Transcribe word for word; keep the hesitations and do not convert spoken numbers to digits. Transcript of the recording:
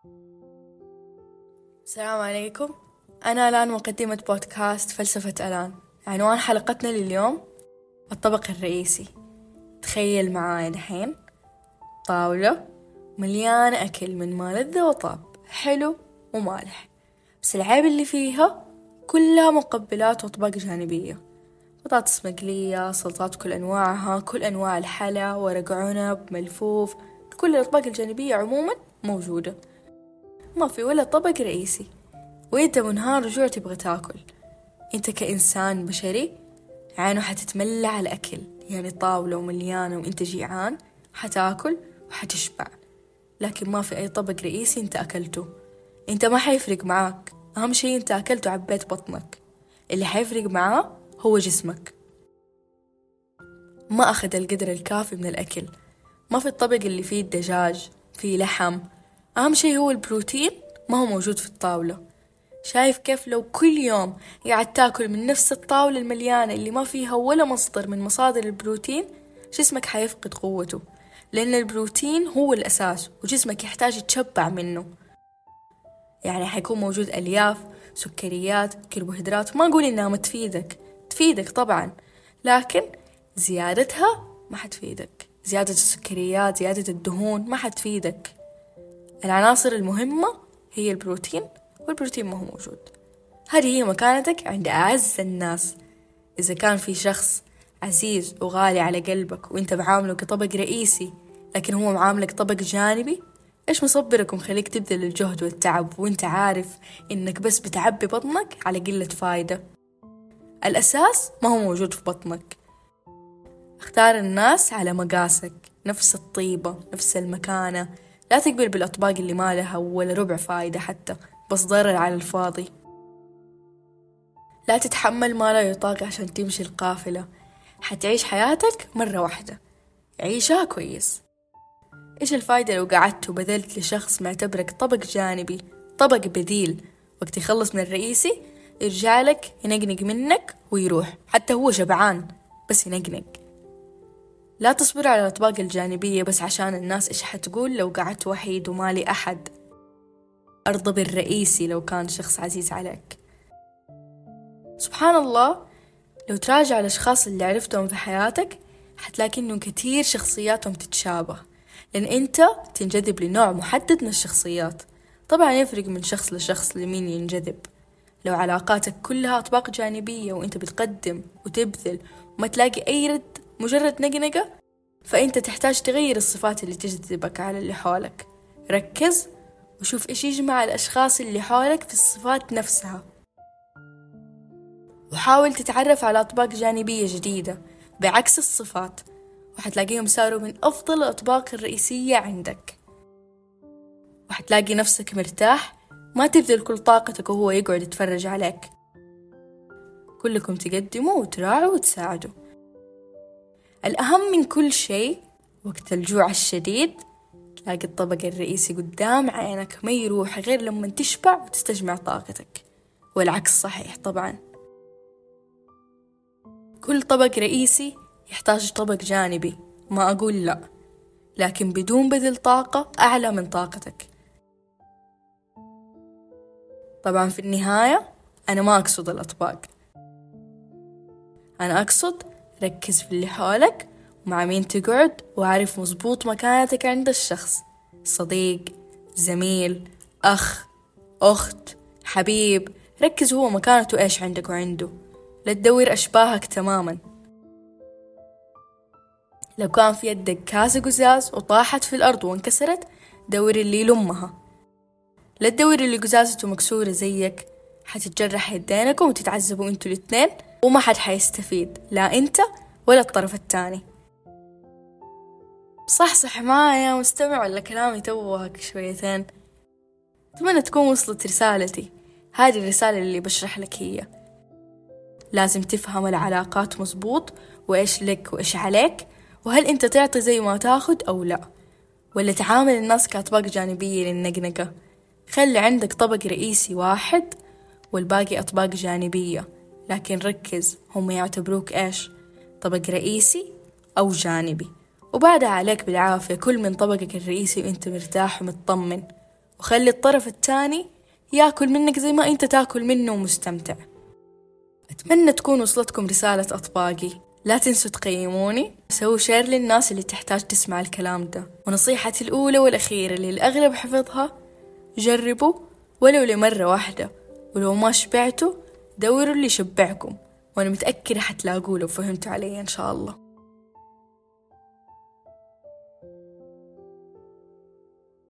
السلام عليكم. أنا الآن مقدمة بودكاست فلسفة الآن. عنوان حلقتنا لليوم الطبق الرئيسي. تخيل معاي دحين طاولة مليانة أكل من ما لذ وطاب، حلو ومالح، بس العيب اللي فيها كلها مقبلات وأطباق جانبية، بطاطس مقلية، سلطات كل أنواعها، كل أنواع الحلا، ورق عنب، ملفوف، كل الأطباق الجانبية عموما موجودة، ما في ولا طبق رئيسي. وإنت منهار جوع تبغى تاكل. إنت كإنسان بشري عينه حتتملى على الأكل، يعني طاولة ومليانة وإنت جيعان حتاكل وحتشبع، لكن ما في أي طبق رئيسي إنت أكلته. إنت ما حيفرق معاك، أهم شيء إنت أكلته عبيت بطنك، اللي حيفرق معاه هو جسمك. ما أخذ القدر الكافي من الأكل. ما في الطبق اللي فيه الدجاج، فيه لحم، أهم شيء هو البروتين، ما هو موجود في الطاولة. شايف كيف لو كل يوم قاعد تاكل من نفس الطاولة المليانة اللي ما فيها ولا مصدر من مصادر البروتين، جسمك حيفقد قوته، لأن البروتين هو الأساس وجسمك يحتاج يتشبع منه. يعني حيكون موجود ألياف، سكريات، كربوهيدرات، ما أقول إنها ما تفيدك، تفيدك طبعا، لكن زيادتها ما حتفيدك. زيادة السكريات، زيادة الدهون ما حتفيدك. العناصر المهمة هي البروتين، والبروتين ما هو موجود. هذه هي مكانتك عند أعز الناس. إذا كان في شخص عزيز وغالي على قلبك وإنت بعامله كطبق رئيسي، لكن هو معاملك طبق جانبي، إيش مصبرك ومخليك تبذل الجهد والتعب وإنت عارف إنك بس بتعبي بطنك على قلة فايدة؟ الأساس ما هو موجود في بطنك. اختار الناس على مقاسك، نفس الطيبة، نفس المكانة. لا تقبل بالأطباق اللي ما لها ولا ربع فايدة حتى، بس ضرر على الفاضي. لا تتحمل ما لا يطاق عشان تمشي القافلة. حتعيش حياتك مرة واحدة، عيشها كويس. إيش الفايدة لو قعدت وبذلت لشخص معتبرك طبق جانبي، طبق بديل، وقت يخلص من الرئيسي يرجع لك ينقنق منك ويروح، حتى هو شبعان بس ينقنق. لا تصبر على الأطباق الجانبية بس عشان الناس إيش حتقول لو قعدت وحيد ومالي أحد. أرضى بالرئيسي لو كان شخص عزيز عليك. سبحان الله، لو تراجع الأشخاص اللي عرفتهم في حياتك حتلاقي إنه كتير شخصياتهم تتشابه، لأن أنت تنجذب لنوع محدد من الشخصيات. طبعا يفرق من شخص لشخص لمين ينجذب. لو علاقاتك كلها أطباق جانبية وأنت بتقدم وتبذل وما تلاقي أي رد، مجرد نقنقة، فأنت تحتاج تغير الصفات اللي تجذبك على اللي حولك. ركز وشوف إيش يجمع الأشخاص اللي حولك في الصفات نفسها، وحاول تتعرف على أطباق جانبية جديدة بعكس الصفات، وحتلاقيهم صاروا من أفضل الأطباق الرئيسية عندك، وحتلاقي نفسك مرتاح، ما تبذل كل طاقتك وهو يقعد يتفرج عليك. كلكم تقدموا وتراعوا وتساعدوا. الأهم من كل شيء وقت الجوع الشديد تلاقي الطبق الرئيسي قدام عينك، ما يروح غير لما تشبع وتستجمع طاقتك، والعكس صحيح طبعا. كل طبق رئيسي يحتاج طبق جانبي، ما أقول لا، لكن بدون بذل طاقة أعلى من طاقتك. طبعا في النهاية أنا ما أقصد الأطباق، أنا أقصد ركز في اللي حولك ومع مين تقعد، وعارف مظبوط مكانتك عند الشخص. صديق، زميل، أخ، أخت، حبيب، ركز هو مكانته إيش عندك وعنده. لا تدور أشباهك تماما. لو كان في يدك كاسة قزاز وطاحت في الأرض وانكسرت، دور اللي يلمها. لا تدور اللي قزازته مكسورة زيك، حتتجرح يدينكم وتتعذبوا انتوا الاثنين، وما حد حيستفيد، لا انت ولا الطرف الثاني. صحصح معايا مستمع ولا كلامي توهك شويتين؟ أتمنى تكون وصلت رسالتي. هذه الرسالة اللي بشرح لك هي لازم تفهم العلاقات مزبوط، وإيش لك وإيش عليك، وهل أنت تعطي زي ما تاخد أو لا، ولا تعامل الناس كأطباق جانبية للنقنقة. خلي عندك طبق رئيسي واحد والباقي أطباق جانبية، لكن ركز هم يعتبروك إيش، طبق رئيسي أو جانبي، وبعدها عليك بالعافية كل من طبقك الرئيسي وإنت مرتاح ومطمن، وخلي الطرف التاني ياكل منك زي ما انت تاكل منه ومستمتع. أتمنى تكون وصلتكم رسالة أطباقي. لا تنسوا تقيموني وسووا شير للناس اللي تحتاج تسمع الكلام ده. ونصيحتي الأولى والأخيرة اللي الأغلب حفظها، جربوا ولو لمرة واحدة، ولو ما شبعتوا دوروا اللي يشبعكم، وأنا متأكدة حتلاقوه لو فهمتوا علي إن شاء الله.